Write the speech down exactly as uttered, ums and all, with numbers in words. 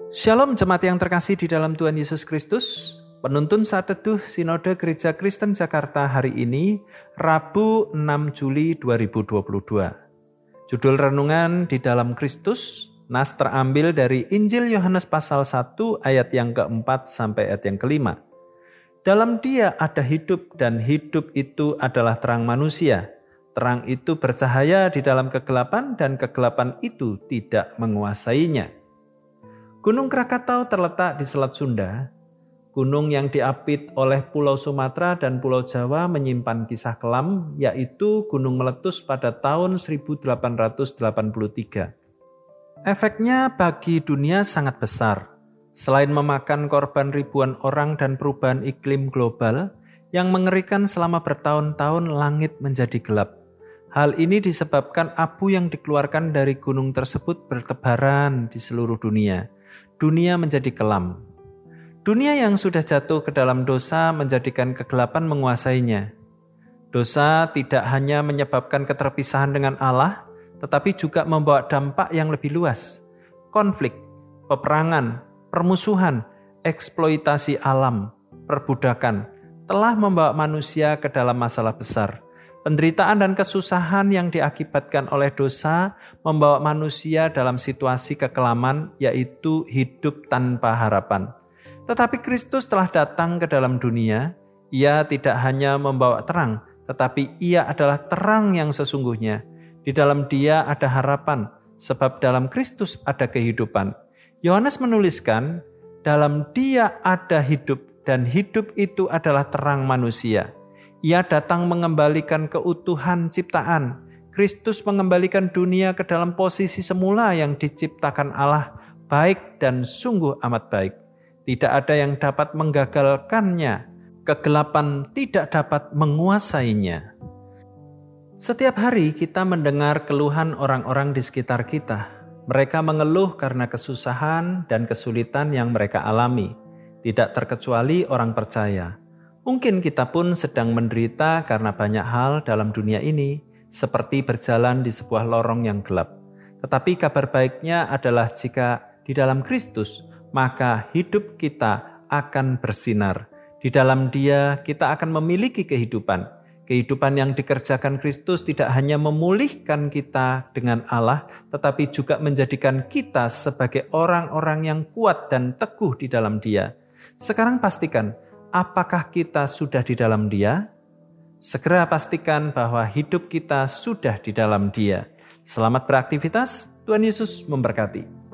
Shalom jemaat yang terkasih di dalam Tuhan Yesus Kristus. Penuntun Saat Teduh Sinode Gereja Kristen Jakarta hari ini, Rabu enam Juli dua ribu dua puluh dua. Judul renungan di dalam Kristus, nas terambil dari Injil Yohanes pasal satu ayat yang keempat sampai ayat yang kelima. Dalam Dia ada hidup dan hidup itu adalah terang manusia. Terang itu bercahaya di dalam kegelapan dan kegelapan itu tidak menguasainya. Gunung Krakatau terletak di Selat Sunda. Gunung yang diapit oleh Pulau Sumatera dan Pulau Jawa menyimpan kisah kelam, yaitu gunung meletus pada tahun seribu delapan ratus delapan puluh tiga. Efeknya bagi dunia sangat besar. Selain memakan korban ribuan orang dan perubahan iklim global yang mengerikan selama bertahun-tahun langit menjadi gelap. Hal ini disebabkan abu yang dikeluarkan dari gunung tersebut bertebaran di seluruh dunia. Dunia menjadi kelam. Dunia yang sudah jatuh ke dalam dosa menjadikan kegelapan menguasainya. Dosa tidak hanya menyebabkan keterpisahan dengan Allah, tetapi juga membawa dampak yang lebih luas. Konflik, peperangan, permusuhan, eksploitasi alam, perbudakan telah membawa manusia ke dalam masalah besar. Penderitaan dan kesusahan yang diakibatkan oleh dosa membawa manusia dalam situasi kekelaman, yaitu hidup tanpa harapan. Tetapi Kristus telah datang ke dalam dunia. Ia tidak hanya membawa terang, tetapi Ia adalah terang yang sesungguhnya. Di dalam Dia ada harapan, sebab dalam Kristus ada kehidupan. Yohanes menuliskan, dalam Dia ada hidup, dan hidup itu adalah terang manusia. Ia datang mengembalikan keutuhan ciptaan. Kristus mengembalikan dunia ke dalam posisi semula yang diciptakan Allah, baik dan sungguh amat baik. Tidak ada yang dapat menggagalkannya. Kegelapan tidak dapat menguasainya. Setiap hari kita mendengar keluhan orang-orang di sekitar kita. Mereka mengeluh karena kesusahan dan kesulitan yang mereka alami. Tidak terkecuali orang percaya. Mungkin kita pun sedang menderita karena banyak hal dalam dunia ini, seperti berjalan di sebuah lorong yang gelap. Tetapi kabar baiknya adalah jika di dalam Kristus, maka hidup kita akan bersinar. Di dalam Dia kita akan memiliki kehidupan. Kehidupan yang dikerjakan Kristus tidak hanya memulihkan kita dengan Allah, tetapi juga menjadikan kita sebagai orang-orang yang kuat dan teguh di dalam Dia. Sekarang pastikan, apakah kita sudah di dalam Dia? Segera pastikan bahwa hidup kita sudah di dalam Dia. Selamat beraktivitas, Tuhan Yesus memberkati.